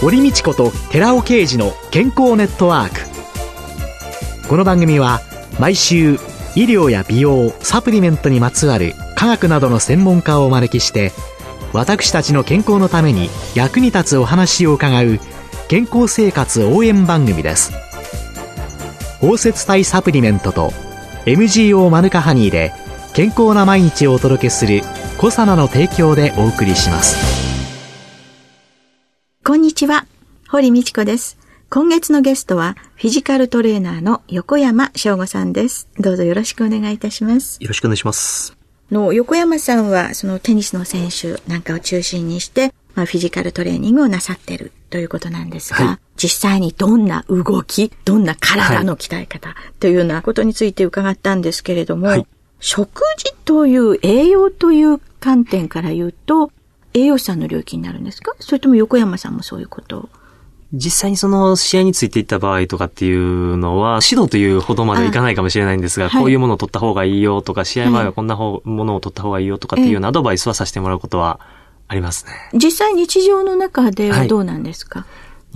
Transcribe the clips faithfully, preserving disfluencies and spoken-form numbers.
堀道子と寺尾啓二の健康ネットワーク。この番組は毎週医療や美容、サプリメントにまつわる科学などの専門家をお招きして、私たちの健康のために役に立つお話を伺う健康生活応援番組です。包摂体サプリメントと エムジーオー マヌカハニーで健康な毎日をお届けするコサナの提供でお送りします。 こんにちは、堀道子です。今月のゲストはフィジカルトレーナーの横山翔吾さんです。どうぞよろしくお願いいたします。 よろしくお願いします。 の横山さんはそのテニスの選手なんかを中心にして、まあ、フィジカルトレーニングをなさっているということなんですが、はい、実際にどんな動き、どんな体の鍛え方というようなことについて伺ったんですけれども、はい、食事という栄養という観点から言うと栄養士さんの領域になるんですか？それとも横山さんもそういうことを？ 実際にその試合についていった場合とかっていうのは指導というほどまでいかないかもしれないんですが、こういうものを取った方がいいよとか、試合前はこんなものを取った方がいいよとかっていうようなアドバイスはさせてもらうことはありますね。 実際日常の中ではどうなんですか？はい、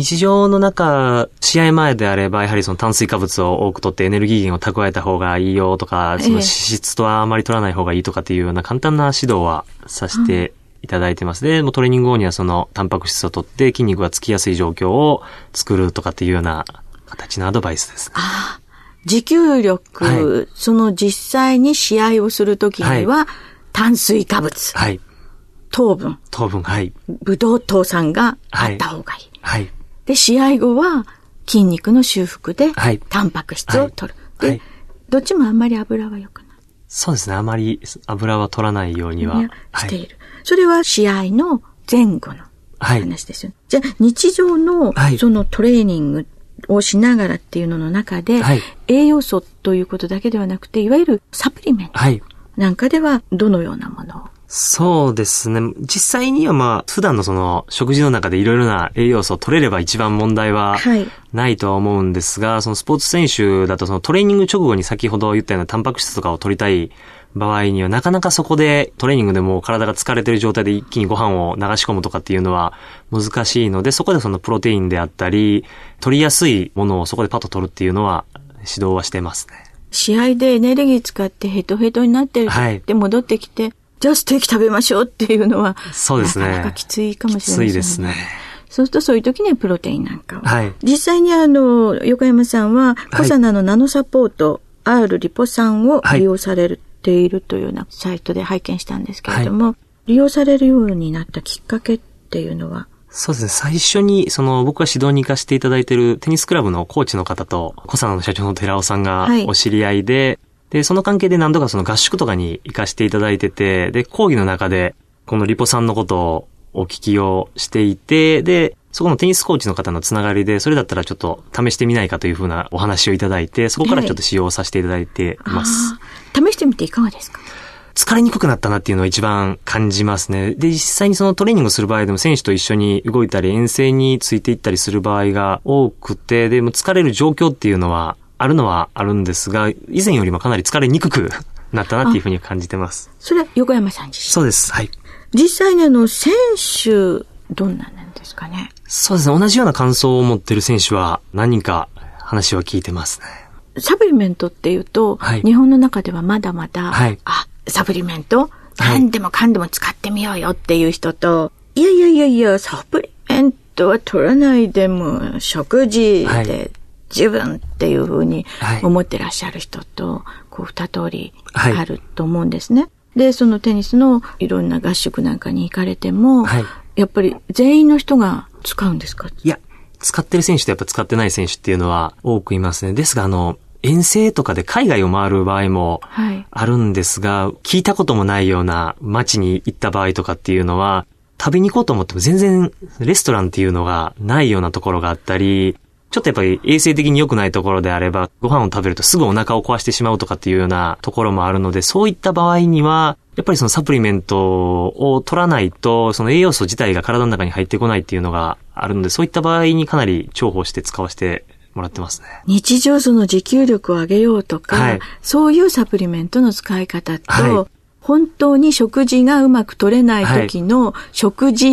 日常の中、試合前であればやはりその炭水化物を多く取ってエネルギー源を蓄えた方がいいよとか、その脂質とはあまり取らない方がいいとかっていうような簡単な指導はさせていただいてます。で、もうトレーニング後にはそのタンパク質を取って筋肉がつきやすい状況を作るとかっていうような形のアドバイスですね。 ああ、持久力、はい、その実際に試合をするときには、はい、炭水化物、はい、糖分、 糖分、はい、 ブドウ糖酸があった方がいい。 はい。はい、 で、試合後は筋肉の修復でタンパク質を取る。はい、で、はい、どっちもあんまり油は良くない。 そうですね。あまり油は取らないようにはしている。はい、それは試合の前後の話ですよね。はい、じゃあ日常のそのトレーニングをしながらっていうのの中で、はい、栄養素ということだけではなくて、いわゆるサプリメントなんかではどのようなものを？ そうですね。実際にはまあ普段のその食事の中でいろいろな栄養素を取れれば一番問題はないとは思うんですが、はい、そのスポーツ選手だとそのトレーニング直後に先ほど言ったようなタンパク質とかを取りたい場合にはなかなかそこでトレーニングでも体が疲れている状態で一気にご飯を流し込むとかっていうのは難しいので、そこでそのプロテインであったり取りやすいものをそこでパッと取るっていうのは指導はしてますね。 試合でエネルギー使ってヘトヘトになってるって戻ってきて、はい、じゃあステーキ食べましょうっていうのは、そうですね。なかなかきついかもしれないですね。きついですね。そうするとそういう時にはプロテインなんかを。はい。実際にあの、横山さんは、コサナのナノサポート、はい、R リポ酸を利用されているというようなサイトで拝見したんですけれども、はい、利用されるようになったきっかけっていうのは？ そうですね。最初に、その、僕が指導に行かせていただいているテニスクラブのコーチの方と、コサナの社長の寺尾さんがお知り合いで、はい、で、その関係で何度かその合宿とかに行かせていただいてて、で、講義の中で、このリポさんのことをお聞きをしていて、で、そこのテニスコーチの方のつながりで、それだったらちょっと試してみないかというふうなお話をいただいて、そこからちょっと使用させていただいています。 えー、試してみていかがですか？ 疲れにくくなったなっていうのを一番感じますね。で、実際にそのトレーニングする場合でも選手と一緒に動いたり遠征についていったりする場合が多くて、でも疲れる状況っていうのはあるのはあるんですが、以前よりもかなり疲れにくくなったなっていうふうに感じてます。 それは横山さん自身？ そうです。はい。 実際にあの、選手、どんななんですかね？ そうですね。同じような感想を持っている選手は何人か話は聞いてますね。 サプリメントっていうと、はい、日本の中ではまだまだ、はい、あ、サプリメント何でもかんでも使ってみようよっていう人と、いやいやいやいや、サプリメントは取らないでも食事で十分っていうふうに思ってらっしゃる人と、こう二通りあると思うんですね。はい、で、そのテニスのいろんな合宿なんかに行かれても、はい、やっぱり全員の人が使うんですか？ いや、使ってる選手とやっぱ使ってない選手っていうのは多くいますね。ですが、あの、遠征とかで海外を回る場合もあるんですが、はい、聞いたこともないような街に行った場合とかっていうのは、食べに行こうと思っても全然レストランっていうのがないようなところがあったり、ちょっとやっぱり衛生的に良くないところであれば、ご飯を食べるとすぐお腹を壊してしまうとかっていうようなところもあるので、そういった場合には、やっぱりそのサプリメントを取らないと、その栄養素自体が体の中に入ってこないっていうのがあるので、そういった場合にかなり重宝して使わせてもらってますね。 日常その持久力を上げようとか、はい、そういうサプリメントの使い方と、はい、本当に食事がうまく取れない時の食事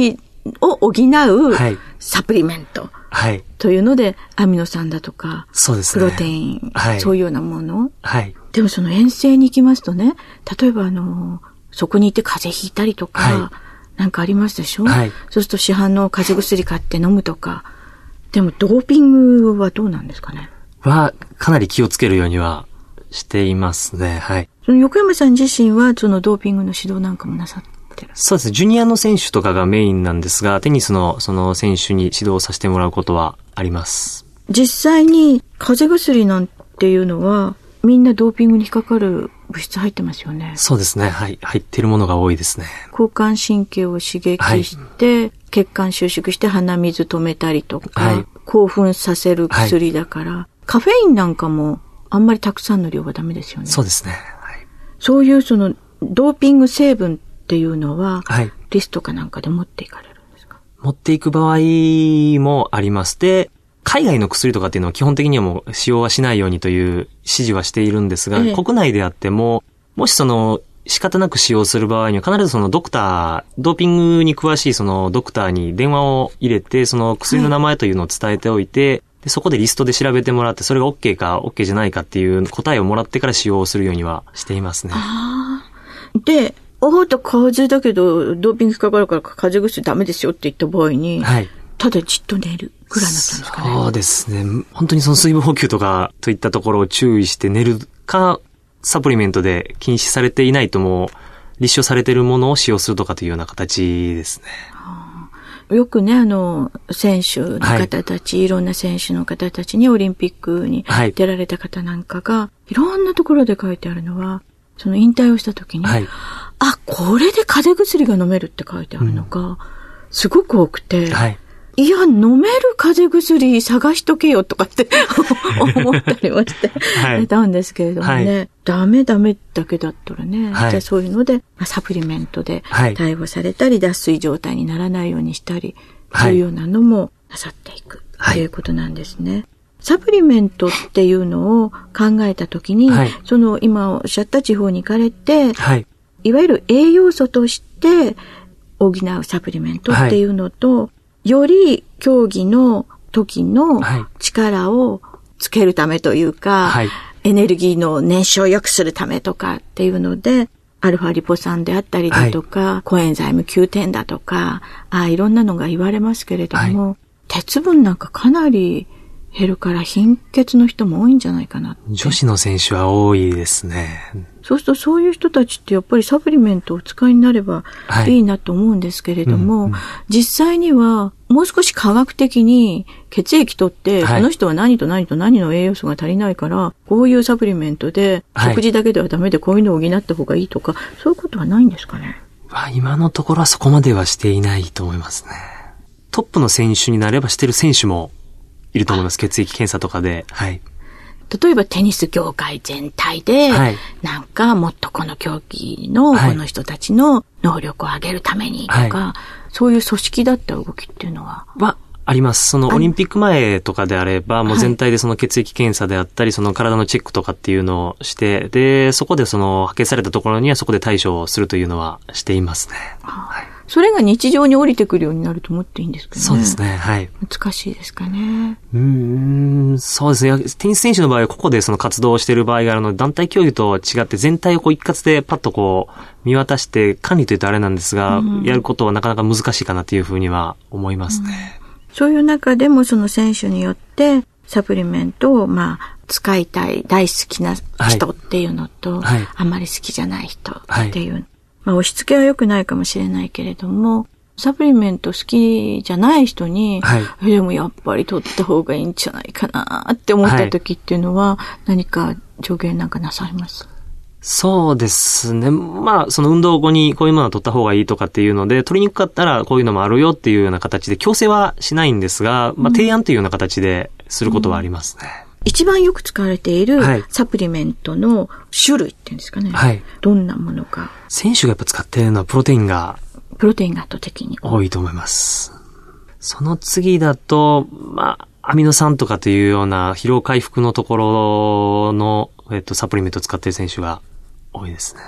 を補うサプリメント。はい。というので、アミノ酸だとか、 そうですね。 プロテイン、はい、そういうようなもの。 はい。 でもその遠征に行きますとね、例えばあの、そこにいて風邪ひいたりとか、はい、なんかありますでしょ？はい。そうすると市販の風邪薬買って飲むとか。でもドーピングはどうなんですかね？ は、かなり気をつけるようにはしていますね。はい。 その横山さん自身はそのドーピングの指導なんかもなさってる？ そうですね。ジュニアの選手とかがメインなんですが、テニスのその選手に指導させてもらうことはあります。 実際に風邪薬なんていうのはみんなドーピングに引っかかる物質入ってますよね。 そうですね。はい。入っているものが多いですね。 交感神経を刺激して、はい、血管収縮して鼻水止めたりとか、はい、興奮させる薬だから、はい、カフェインなんかもあんまりたくさんの量はダメですよね。 そうですね。はい、 そういうそのドーピング成分っていうのは、はい、リストかなんかで持っていかれるんですか？ 持っていく場合もあります。で、海外の薬とかっていうのは基本的にはもう使用はしないようにという指示はしているんですが、ええ、国内であっても、もしその仕方なく使用する場合には必ずそのドクター、ドーピングに詳しいそのドクターに電話を入れて、その薬の名前というのを伝えておいて、はい、でそこでリストで調べてもらって、それが OK か OK じゃないかっていう答えをもらってから使用するようにはしていますね。 あで、あなた風邪だけどドーピングかかるから風邪薬ダメですよって言った場合に、はい、ただじっと寝るぐらいになったんですかね。 そうですね。本当にその水分補給とかといったところを注意して寝るか、サプリメントで禁止されていないとも立証されているものを使用するとかというような形ですね。 はあ、よくね、あの、選手の方たち、はい、いろんな選手の方たちにオリンピックに出られた方なんかが、はい、いろんなところで書いてあるのは、その引退をした時に、はい、あ、これで風邪薬が飲めるって書いてあるのが、うん、すごく多くて、はい、いや、飲める風邪薬探しとけよとかって思ったりもしてはい、たんですけれどもね、はい、ダメダメだけだったらね、はい、じゃあそういうので、サプリメントで対応されたり、脱水状態にならないようにしたり、はい、そういうようなのもなさっていくということなんですね。はい、サプリメントっていうのを考えたときに、はい、その今おっしゃった地方に行かれて、はい、いわゆる栄養素として補うサプリメントっていうのと、はい、より競技の時の力をつけるためというか、はい、エネルギーの燃焼を良くするためとかっていうので、アルファリポ酸であったりだとか、はい、コエンザイム キューテン だとか、あいろんなのが言われますけれども、はい、鉄分なんかかなり減るから貧血の人も多いんじゃないかな。 女子の選手は多いですね。 そうするとそういう人たちってやっぱりサプリメントをお使いになればいいなと思うんですけれども、はいうんうん、実際にはもう少し科学的に血液取って、はい、この人は何と何と何の栄養素が足りないから、こういうサプリメントで食事だけではダメでこういうのを補った方がいいとか、そういうことはないんですかね。 今のところはそこまではしていないと思いますね。トップの選手になればしてる選手もいると思います。血液検査とかで。はい。 例えばテニス業界全体で、はい、なんかもっとこの競技のこの人たちの能力を上げるためにとか、はい、そういう組織だった動きっていうのははあります。そのオリンピック前とかであれば、もう全体でその血液検査であったり、その体のチェックとかっていうのをして、で、そこでその派遣されたところにはそこで対処をするというのはしていますね。 はい、それが日常に降りてくるようになると思っていいんですかね。 そうですね。はい。 難しいですかね。 うーん、そうですね。テニス選手の場合はここでその活動をしている場合があるので、団体競技と違って全体をこう一括でパッとこう見渡して管理というとあれなんですが、うん、やることはなかなか難しいかなというふうには思いますね。うんそういう中でもその選手によってサプリメントをまあ使いたい大好きな人っていうのと、はいはい、あまり好きじゃない人っていう、はい、まあ押し付けは良くないかもしれないけれどもサプリメント好きじゃない人に、はい、でもやっぱり取った方がいいんじゃないかなって思った時っていうのは、はい、何か助言なんかなさいます？ そうですね。まあ、その運動後にこういうものを取った方がいいとかっていうので、取りにくかったらこういうのもあるよっていうような形で強制はしないんですが、まあ、提案というような形ですることはありますね。うんうん、 一番よく使われているサプリメントの種類っていうんですかね。はい。どんなものか。 選手がやっぱ使っているのはプロテインが。 プロテインが圧倒的に多いと思います。その次だと、まあ、アミノ酸とかというような疲労回復のところの、えっと、サプリメントを使っている選手が多いですね。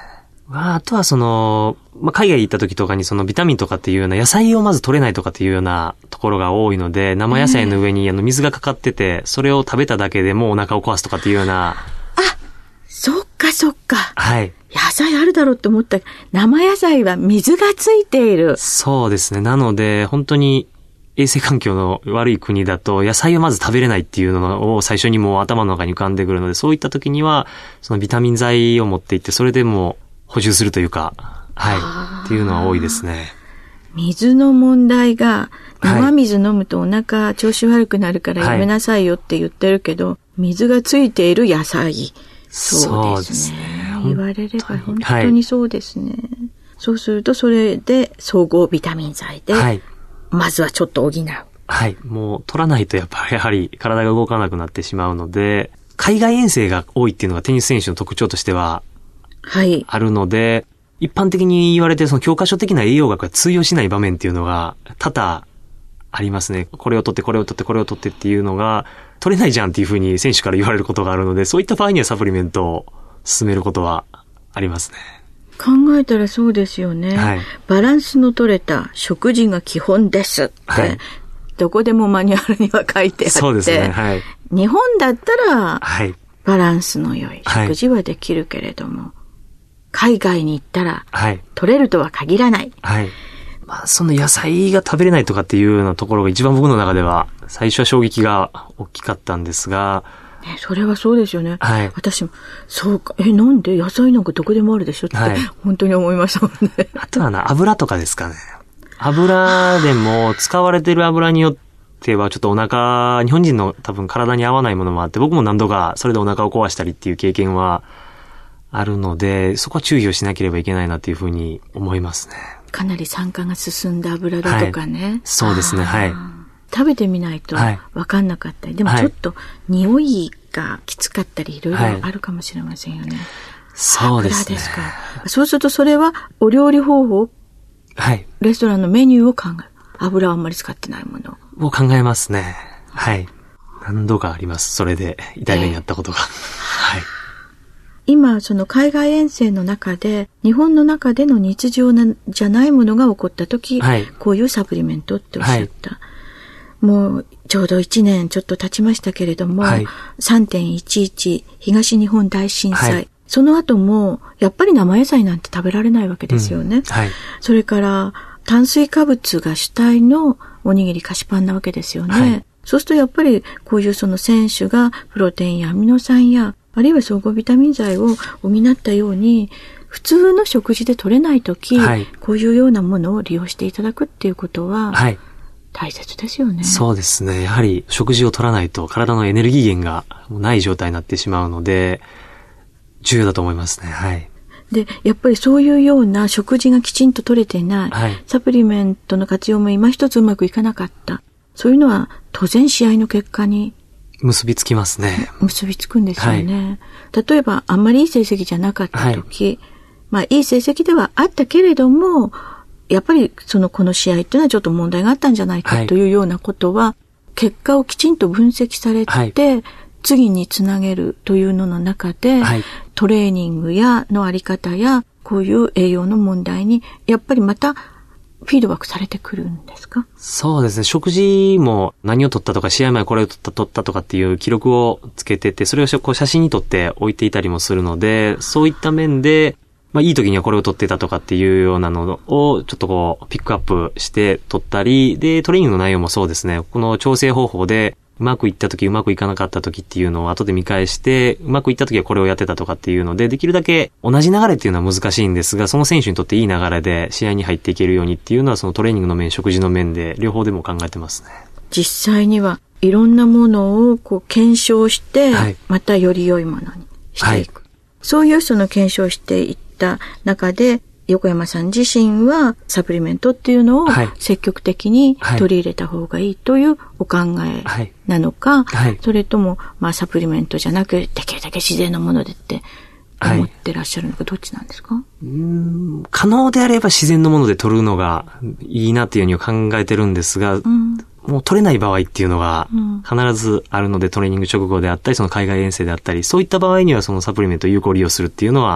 あとはその、まあ、海外行った時とかにそのビタミンとかっていうような野菜をまず取れないとかっていうようなところが多いので、生野菜の上にあの水がかかってて、それを食べただけでもうお腹を壊すとかっていうような。 あ、そっかそっか。 はい。 野菜あるだろうって思った。生野菜は水がついている。 そうですね。なので、本当に衛生環境の悪い国だと野菜をまず食べれないっていうのを最初にもう頭の中に浮かんでくるので、そういった時にはそのビタミン剤を持っていって、それでも補充するというか、はい、っていうのは多いですね。 水の問題が、生水飲むとお腹調子悪くなるからやめなさいよって言ってるけど、はい、水がついている野菜。そうですね。言われれば本当にそうですね。はい、そうするとそれで総合ビタミン剤で、はい、まずはちょっと補う。 はい。もう取らないとやっぱりやはり体が動かなくなってしまうので、海外遠征が多いっていうのがテニス選手の特徴としては、はい。あるので、一般的に言われてその教科書的な栄養学が通用しない場面っていうのが多々ありますね。これを取ってこれを取ってこれを取ってっていうのが取れないじゃんっていうふうに選手から言われることがあるので、そういった場合にはサプリメントを進めることはありますね。 考えたらそうですよね。はい、バランスの取れた食事が基本ですって、はい、どこでもマニュアルには書いてあって。そうですね。はい、日本だったら、はい、バランスの良い食事はできるけれども、はい、海外に行ったら、はい、取れるとは限らない。はい。 まあ、その野菜が食べれないとかっていうようなところが一番僕の中では、最初は衝撃が大きかったんですが、 ね、それはそうですよね。はい。私も、そうか、え、なんで野菜なんかどこでもあるでしょって、はい、本当に思いましたもんね。 あとはな、油とかですかね。油でも使われてる油によってはちょっとお腹、日本人の多分体に合わないものもあって、僕も何度かそれでお腹を壊したりっていう経験はあるので、そこは注意をしなければいけないなっていうふうに思いますね。 かなり酸化が進んだ油だとかね。はい、 そうですね、はい。 食べてみないと分かんなかったり、はい、でもちょっと匂いがきつかったりいろいろあるかもしれませんよね。はい、 そうですね。 ですか。そうするとそれはお料理方法、はい、レストランのメニューを考える。油をあんまり使ってないものを考えますね。はい。何度かあります。それで痛い目にあったことが。えー、はい。 今、その海外遠征の中で、日本の中での日常なじゃないものが起こったとき、はい、こういうサプリメントっておっしゃった。はい、もう、ちょうどいちねんちょっと経ちましたけれども、はい、さんてんいちいち 東日本大震災、はい、その後も、やっぱり生野菜なんて食べられないわけですよね。うん、はい、それから、炭水化物が主体のおにぎり菓子パンなわけですよね。はい、そうするとやっぱり、こういうその選手がプロテインやアミノ酸や、あるいは総合ビタミン剤を補ったように、普通の食事で取れないとき、はい、こういうようなものを利用していただくっていうことは、はい、大切ですよね。 そうですね。やはり食事を取らないと体のエネルギー源がない状態になってしまうので、重要だと思いますね。はい。 で、やっぱりそういうような食事がきちんと取れてない、はい、サプリメントの活用も今一つうまくいかなかった。そういうのは当然試合の結果に結びつきますね。 結びつくんですよね。はい、例えば、あんまりいい成績じゃなかったとき、はい、まあ、いい成績ではあったけれども、やっぱり、その、この試合っていうのはちょっと問題があったんじゃないかというようなことは、はい、結果をきちんと分析されて、はい、次につなげるというのの中で、はい、トレーニングやのあり方や、こういう栄養の問題に、やっぱりまた、フィードバックされてくるんですか？ そうですね。食事も何を取ったとか、試合前これを取った、取ったとかっていう記録をつけてて、それをこう写真に撮って置いていたりもするので、そういった面で、まあいい時にはこれを取ってたとかっていうようなのをちょっとこうピックアップして取ったり、で、トレーニングの内容もそうですね。この調整方法で、うまくいった時、うまくいかなかった時っていうのを後で見返して、うまくいった時はこれをやってたとかっていうので、できるだけ同じ流れっていうのは難しいんですが、その選手にとっていい流れで試合に入っていけるようにっていうのは、そのトレーニングの面、食事の面で両方でも考えてますね。 実際にはいろんなものをこう検証して、はい、またより良いものにしていく。はい、そういうその検証していった中で、横山さん自身はサプリメントっていうのを積極的に取り入れた方がいいというお考えなのか、はいはい、それともまあサプリメントじゃなくできるだけ自然のものでって思ってらっしゃるのか、どっちなんですか？ うーん、可能であれば自然のもので取るのがいいなっていうふうに考えてるんですが、うん、もう取れない場合っていうのが必ずあるので、トレーニング直後であったり、その海外遠征であったり、そういった場合にはそのサプリメントを有効利用するっていうのは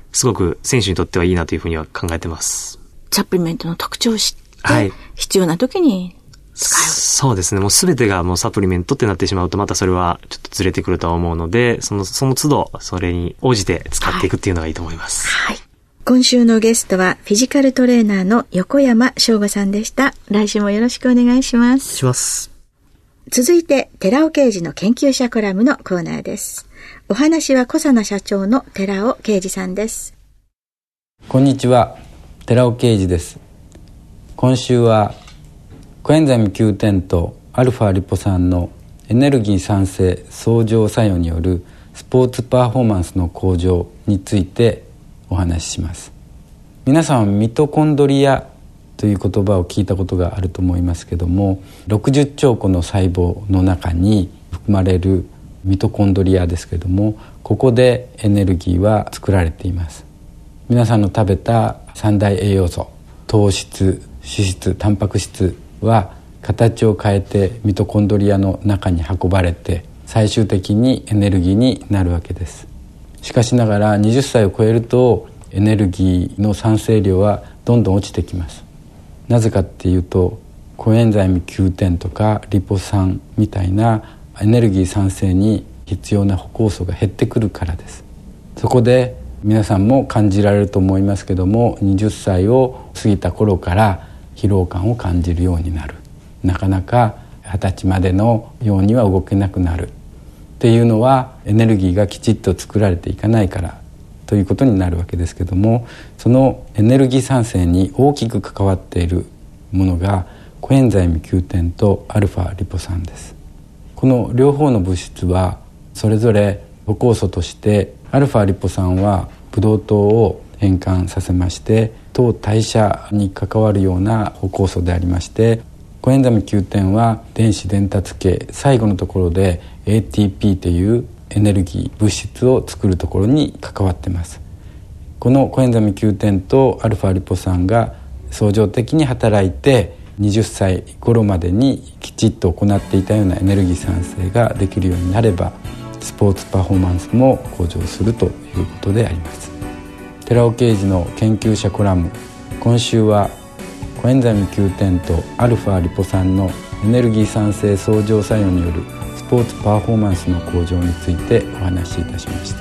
すごく選手にとってはいいなというふうには考えてます。 サプリメントの特徴を知って、はい、必要な時に使う。 そうですね。もうすべてがもうサプリメントってなってしまうと、またそれはちょっとずれてくるとは思うので、その、その都度、それに応じて使っていくっていうのがいいと思います。 はい。はい、今週のゲストは、フィジカルトレーナーの横山翔吾さんでした。来週もよろしくお願いします。 します。 続いて、寺尾啓二の研究者コラムのコーナーです。お話は小佐奈社長の寺尾啓二さんです。 こんにちは、寺尾啓二です。今週はコエンザイム キューテン とアルファリポ酸のエネルギー産生相乗作用によるスポーツパフォーマンスの向上についてお話しします。皆さんはミトコンドリアという言葉を聞いたことがあると思いますけども、ろくじゅっちょうこの細胞の中に含まれるミトコンドリアですけれども、ここでエネルギーは作られています。皆さんの食べた三大栄養素、糖質、脂質、タンパク質は形を変えてミトコンドリアの中に運ばれて、最終的にエネルギーになるわけです。しかしながらはたちを超えるとエネルギーの産生量はどんどん落ちてきます。なぜかっていうと、コエンザイム キューテン とかリポ酸みたいなエネルギー産生に必要な歩酵素が減ってくるからです。そこで皆さんも感じられると思いますけども、はたちを過ぎた頃から疲労感を感じるようになる、なかなかはたちまでのようには動けなくなるっていうのは、エネルギーがきちっと作られていかないからということになるわけですけども、そのエネルギー産生に大きく関わっているものがコエンザイム キューテン とアルファリポ酸です。この両方の物質はそれぞれ歩酵素として、アルファリポ酸はブドウ糖を変換させまして糖代謝に関わるような歩酵素でありまして、コエンザイム キューテン は電子伝達系、最後のところで エーティーピー というエネルギー物質を作るところに関わっています。このコエンザイム キューテン とアルファリポ酸が相乗的に働いて、はたち頃までにきちっと行っていたようなエネルギー産生ができるようになれば、スポーツパフォーマンスも向上するということであります。寺尾啓二の研究者コラム、今週はコエンザイム キューテン とアルファリポ酸のエネルギー産生相乗作用によるスポーツパフォーマンスの向上についてお話しいたしました。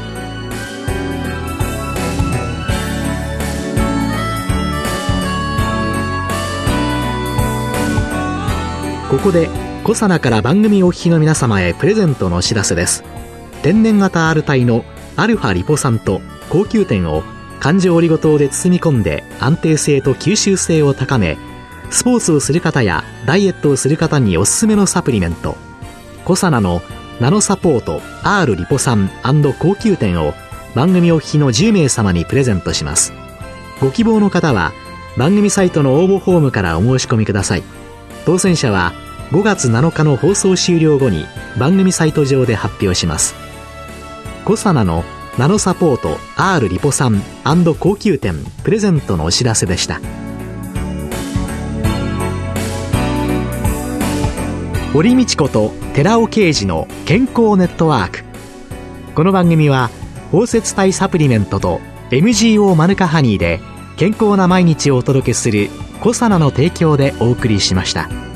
ここでコサナから番組お聞きの皆様へプレゼントのお知らせです。天然型 R 体のアルファリポ酸と高級点を環状オリゴ糖で包み込んで、安定性と吸収性を高め、スポーツをする方やダイエットをする方におすすめのサプリメント、コサナのナノサポート R リポ酸&高級点を番組お聞きのじゅうめい様にプレゼントします。ご希望の方は番組サイトの応募フォームからお申し込みください。当選者はごがつなのかの放送終了後に番組サイト上で発表します。コサナのナノサポート R リポ酸&高級点プレゼントのお知らせでした。堀道子と寺尾啓二の健康ネットワーク。この番組は包摂体サプリメントと エムジーオー マヌカハニーで健康な毎日をお届けするコサナの提供でお送りしました。